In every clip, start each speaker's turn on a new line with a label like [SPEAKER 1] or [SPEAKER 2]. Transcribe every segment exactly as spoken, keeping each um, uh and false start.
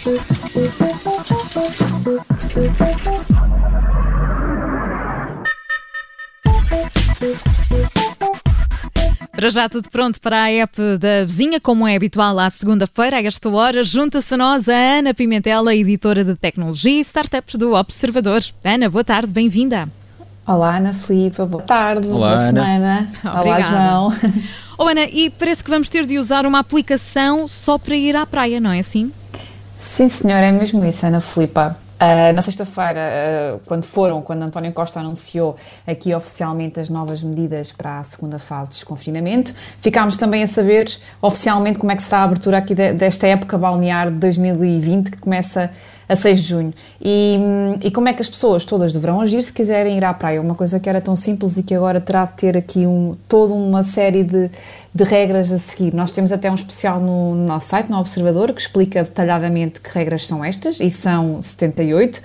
[SPEAKER 1] Para já tudo pronto para a app da vizinha, como é habitual à segunda-feira, a esta hora, junta-se a nós a Ana Pimentela, editora de tecnologia e startups do Observador. Ana, boa tarde, bem-vinda.
[SPEAKER 2] Olá, Ana Filipa, boa tarde,
[SPEAKER 3] Olá,
[SPEAKER 2] boa
[SPEAKER 3] Ana.
[SPEAKER 2] semana.
[SPEAKER 1] Obrigada.
[SPEAKER 2] Olá, João.
[SPEAKER 1] Oh, Ana, e parece que vamos ter de usar uma aplicação só para ir à praia, não é assim?
[SPEAKER 2] Sim, senhora, é mesmo isso, Ana Filipa. Uh, na sexta-feira, uh, quando foram, quando António Costa anunciou aqui oficialmente as novas medidas para a segunda fase de desconfinamento, ficámos também a saber oficialmente como é que será a abertura aqui de, desta época balnear de dois mil e vinte, que começa a seis de junho. E, e como é que as pessoas todas deverão agir se quiserem ir à praia? Uma coisa que era tão simples e que agora terá de ter aqui um, toda uma série de, de regras a seguir. Nós temos até um especial no, no nosso site, no Observador, que explica detalhadamente que regras são estas, e são setenta e oito.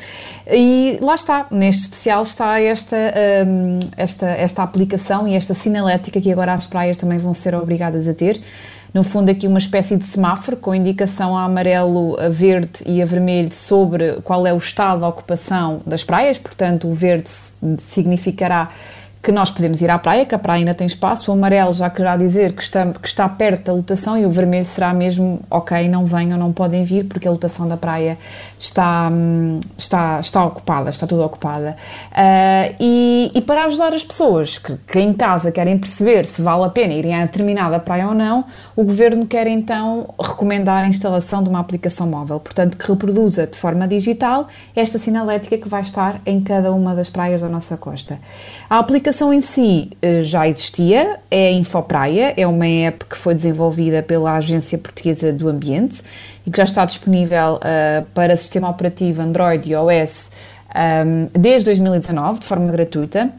[SPEAKER 2] E lá está, neste especial está esta, um, esta, esta aplicação e esta sinalética que agora as praias também vão ser obrigadas a ter. No fundo, aqui uma espécie de semáforo com indicação a amarelo, a verde e a vermelho sobre qual é o estado de ocupação das praias. Portanto, o verde significará que nós podemos ir à praia, que a praia ainda tem espaço. O amarelo já quererá dizer que está, que está perto da lotação, e o vermelho será mesmo, ok, não venham, não podem vir, porque a lotação da praia está, está, está ocupada, está toda ocupada. Uh, e, e para ajudar as pessoas que, que em casa querem perceber se vale a pena irem a determinada praia ou não, o Governo quer então recomendar a instalação de uma aplicação móvel, portanto que reproduza de forma digital esta sinalética que vai estar em cada uma das praias da nossa costa. A aplicação A aplicação em si uh, já existia, é a Infopraia, é uma app que foi desenvolvida pela Agência Portuguesa do Ambiente e que já está disponível uh, para sistema operativo Android e iOS um, desde dois mil e dezanove, de forma gratuita,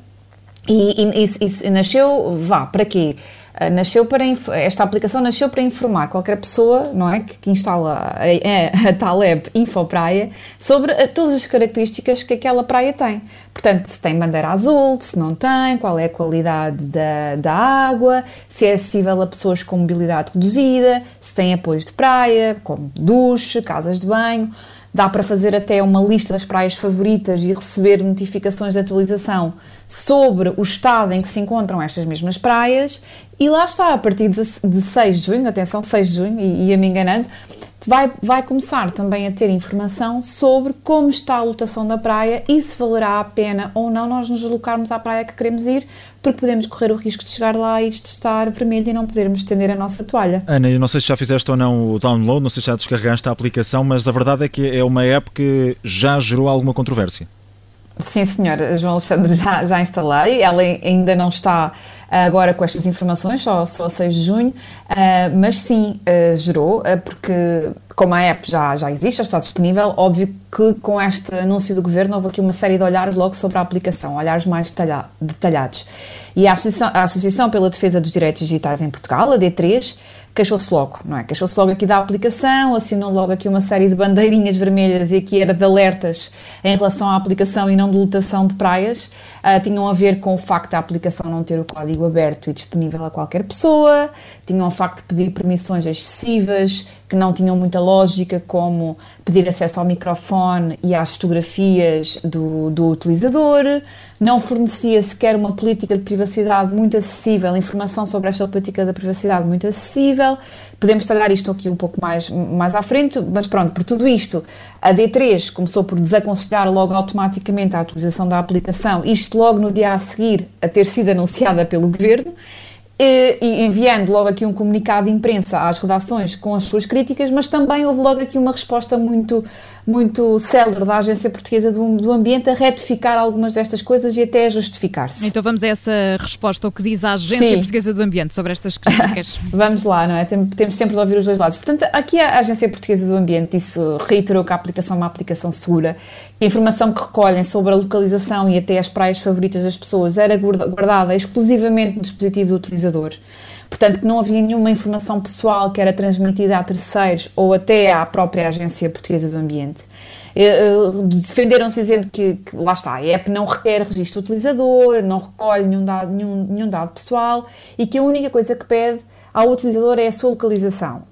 [SPEAKER 2] e, e, e, e nasceu, vá, para quê? Uh, nasceu para, esta aplicação nasceu para informar qualquer pessoa, não é, que, que instala a, a, a tal app Infopraia sobre a, todas as características que aquela praia tem. Portanto, se tem bandeira azul, se não tem, qual é a qualidade da, da água, se é acessível a pessoas com mobilidade reduzida, se tem apoios de praia, como duche, casas de banho. Dá para fazer até uma lista das praias favoritas e receber notificações de atualização sobre o estado em que se encontram estas mesmas praias. E lá está, a partir de seis de junho, atenção, seis de junho, e ia-me enganando, vai, vai começar também a ter informação sobre como está a lotação da praia e se valerá a pena ou não nós nos deslocarmos à praia que queremos ir, porque podemos correr o risco de chegar lá e isto estar vermelho e não podermos estender a nossa toalha.
[SPEAKER 3] Ana, eu não sei se já fizeste ou não o download, não sei se já descarregaste a aplicação, mas a verdade é que é uma app que já gerou alguma controvérsia.
[SPEAKER 2] Sim, senhora, João Alexandre, já, já instalei, ela ainda não está agora com estas informações, só, só a seis de junho, uh, mas sim, uh, gerou, uh, porque como a app já, já existe, já está disponível, óbvio que com este anúncio do Governo houve aqui uma série de olhares logo sobre a aplicação, olhares mais detalha, detalhados. E a Associação, a Associação pela Defesa dos Direitos Digitais em Portugal, a D três, queixou-se logo, não é? Queixou-se logo aqui da aplicação, assinou logo aqui uma série de bandeirinhas vermelhas e aqui era de alertas em relação à aplicação e não de lotação de praias. Uh, tinham a ver com o facto da aplicação não ter o código aberto e disponível a qualquer pessoa, tinham o facto de pedir permissões excessivas, que não tinham muita lógica, como pedir acesso ao microfone e às fotografias do, do utilizador, não fornecia sequer uma política de privacidade muito acessível, informação sobre esta política da privacidade muito acessível. Podemos detalhar isto aqui um pouco mais, mais à frente, mas pronto, por tudo isto, a D três começou por desaconselhar logo automaticamente a atualização da aplicação, isto logo no dia a seguir a ter sido anunciada pelo Governo, e, e enviando logo aqui um comunicado de imprensa às redações com as suas críticas, mas também houve logo aqui uma resposta muito, muito célere da Agência Portuguesa do, do Ambiente a retificar algumas destas coisas e até a justificar-se.
[SPEAKER 1] Então vamos a essa resposta, o que diz a Agência
[SPEAKER 2] Sim.
[SPEAKER 1] Portuguesa do Ambiente sobre estas críticas.
[SPEAKER 2] Vamos lá, não é? Tem, temos sempre de ouvir os dois lados. Portanto, aqui a Agência Portuguesa do Ambiente disse, reiterou que a aplicação é uma aplicação segura, a informação que recolhem sobre a localização e até as praias favoritas das pessoas era guardada exclusivamente no dispositivo do utilizador. Portanto, que não havia nenhuma informação pessoal que era transmitida a terceiros ou até à própria Agência Portuguesa do Ambiente. Defenderam-se dizendo que, que, lá está, a app não requer registro utilizador, não recolhe nenhum dado, nenhum, nenhum dado pessoal e que a única coisa que pede ao utilizador é a sua localização.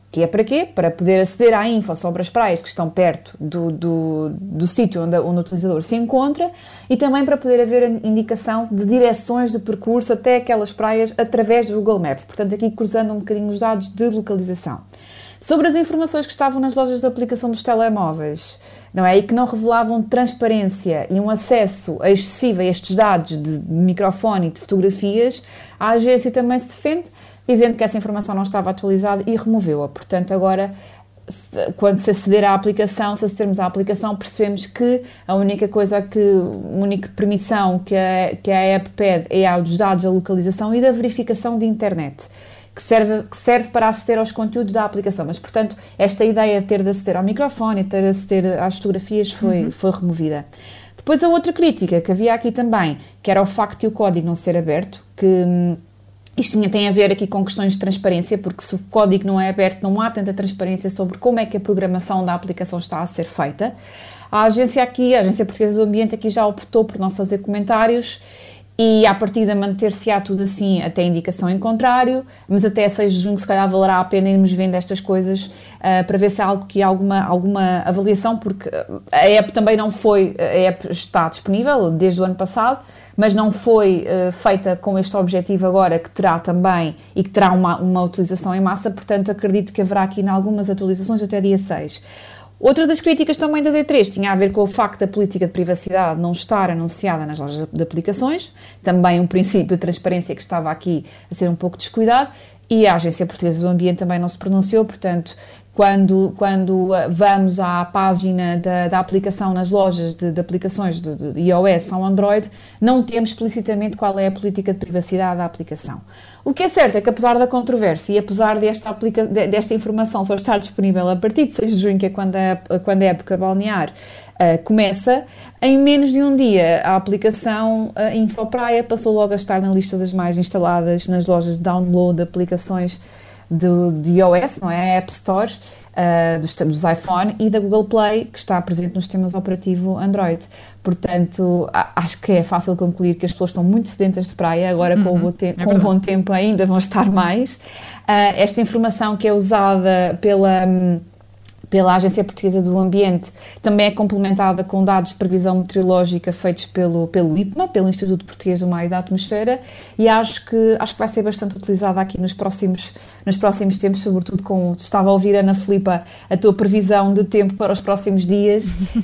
[SPEAKER 2] Que é para quê? Para poder aceder à info sobre as praias que estão perto do, do, do sítio onde, onde o utilizador se encontra e também para poder haver indicação de direções de percurso até aquelas praias através do Google Maps. Portanto, aqui cruzando um bocadinho os dados de localização. Sobre as informações que estavam nas lojas de aplicação dos telemóveis, não é? E que não revelavam transparência e um acesso excessivo a estes dados de microfone e de fotografias, a agência também se defende, dizendo que essa informação não estava atualizada e removeu-a. Portanto, agora, quando se aceder à aplicação, se acedermos à aplicação, percebemos que a única coisa que, a única permissão que a, que a app pede é a dos dados da localização e da verificação de internet, que serve, que serve para aceder aos conteúdos da aplicação. Mas, portanto, esta ideia de ter de aceder ao microfone e ter de aceder às fotografias foi, uhum. foi removida. Depois, a outra crítica que havia aqui também, que era o facto de o código não ser aberto, que isto tem a ver aqui com questões de transparência, porque se o código não é aberto, não há tanta transparência sobre como é que a programação da aplicação está a ser feita. A agência aqui, a Agência Portuguesa do Ambiente, aqui já optou por não fazer comentários e, à partida, manter-se-á tudo assim até indicação em contrário, mas até seis de junho, se calhar, valerá a pena irmos vendo estas coisas uh, para ver se há algo que há alguma, alguma avaliação, porque a app também não foi, a app está disponível desde o ano passado, mas não foi uh, feita com este objetivo agora, que terá também e que terá uma, uma utilização em massa, portanto acredito que haverá aqui em algumas atualizações até dia seis. Outra das críticas também da D três tinha a ver com o facto da política de privacidade não estar anunciada nas lojas de aplicações, também um princípio de transparência que estava aqui a ser um pouco descuidado, e a Agência Portuguesa do Ambiente também não se pronunciou, portanto, quando, quando vamos à página da, da aplicação nas lojas de, de aplicações de, de iOS ao Android, não temos explicitamente qual é a política de privacidade da aplicação. O que é certo é que, apesar da controvérsia e apesar desta, aplica, desta informação só estar disponível a partir de seis de junho, que é quando a, quando a época balnear uh, começa, em menos de um dia a aplicação uh, InfoPraia passou logo a estar na lista das mais instaladas nas lojas de download de aplicações do, de iOS, não é? A App Store, uh, dos, dos iPhone e da Google Play, que está presente nos sistemas operativos Android. Portanto, acho que é fácil concluir que as pessoas estão muito sedentas de praia, agora uhum, com, o, bom te- é com o bom tempo ainda vão estar mais. Uh, esta informação que é usada pela... Um, pela Agência Portuguesa do Ambiente, também é complementada com dados de previsão meteorológica feitos pelo, pelo I P M A, pelo Instituto Português do Mar e da Atmosfera, e acho que, acho que vai ser bastante utilizada aqui nos próximos, nos próximos tempos, sobretudo com, estava a ouvir, Ana Filipa, a tua previsão de tempo para os próximos dias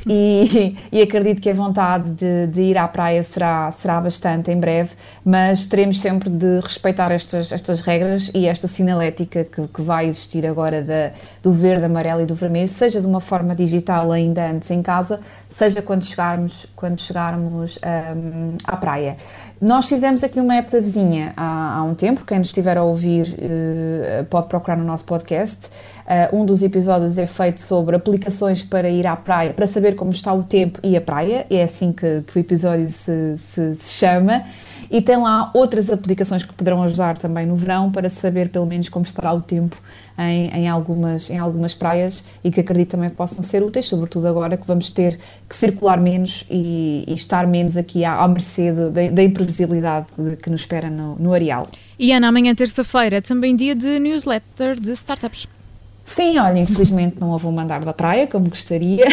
[SPEAKER 2] e, e acredito que a vontade de, de ir à praia será, será bastante em breve, mas teremos sempre de respeitar estas, estas regras e esta sinalética que, que vai existir agora da, do verde, amarelo e do vermelho, seja de uma forma digital ainda antes em casa, seja quando chegarmos, quando chegarmos um, à praia. Nós fizemos aqui uma app da vizinha há, há um tempo, quem nos estiver a ouvir uh, pode procurar no nosso podcast. Uh, um dos episódios é feito sobre aplicações para ir à praia, para saber como está o tempo e a praia, é assim que, que o episódio se, se, se chama. E tem lá outras aplicações que poderão ajudar também no verão para saber pelo menos como estará o tempo em, em, algumas, em algumas praias e que acredito também possam ser úteis, sobretudo agora que vamos ter que circular menos e, e estar menos aqui à, à mercê da, da imprevisibilidade que nos espera no, no areal.
[SPEAKER 1] E Ana, amanhã terça-feira é também dia de newsletter de startups.
[SPEAKER 2] Sim, olha, infelizmente não houve um mandar da praia como gostaria.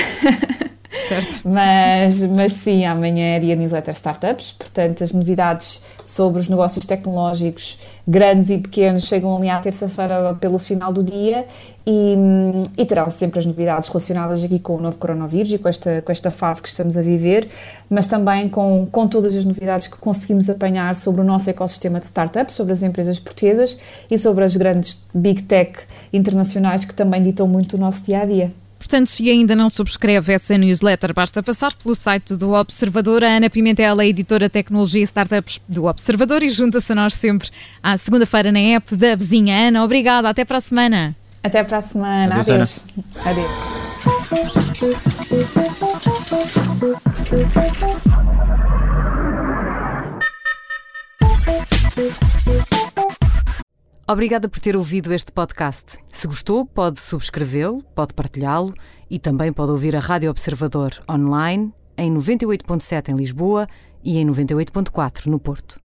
[SPEAKER 2] Certo. Mas, mas sim, amanhã é dia de newsletter startups, portanto as novidades sobre os negócios tecnológicos grandes e pequenos chegam ali à terça-feira pelo final do dia e, e terão sempre as novidades relacionadas aqui com o novo coronavírus e com esta, com esta fase que estamos a viver, mas também com, com todas as novidades que conseguimos apanhar sobre o nosso ecossistema de startups, sobre as empresas portuguesas e sobre as grandes big tech internacionais que também ditam muito o nosso dia-a-dia.
[SPEAKER 1] Portanto, se ainda não subscreve essa newsletter, basta passar pelo site do Observador. A Ana Pimentel é editora de tecnologia e startups do Observador e junta-se a nós sempre à segunda-feira na app da vizinha. Ana, obrigada. Até para a semana.
[SPEAKER 2] Até para a semana. Adeus. Adeus.
[SPEAKER 4] Obrigada por ter ouvido este podcast. Se gostou, pode subscrevê-lo, pode partilhá-lo e também pode ouvir a Rádio Observador online em noventa e oito ponto sete em Lisboa e em noventa e oito ponto quatro no Porto.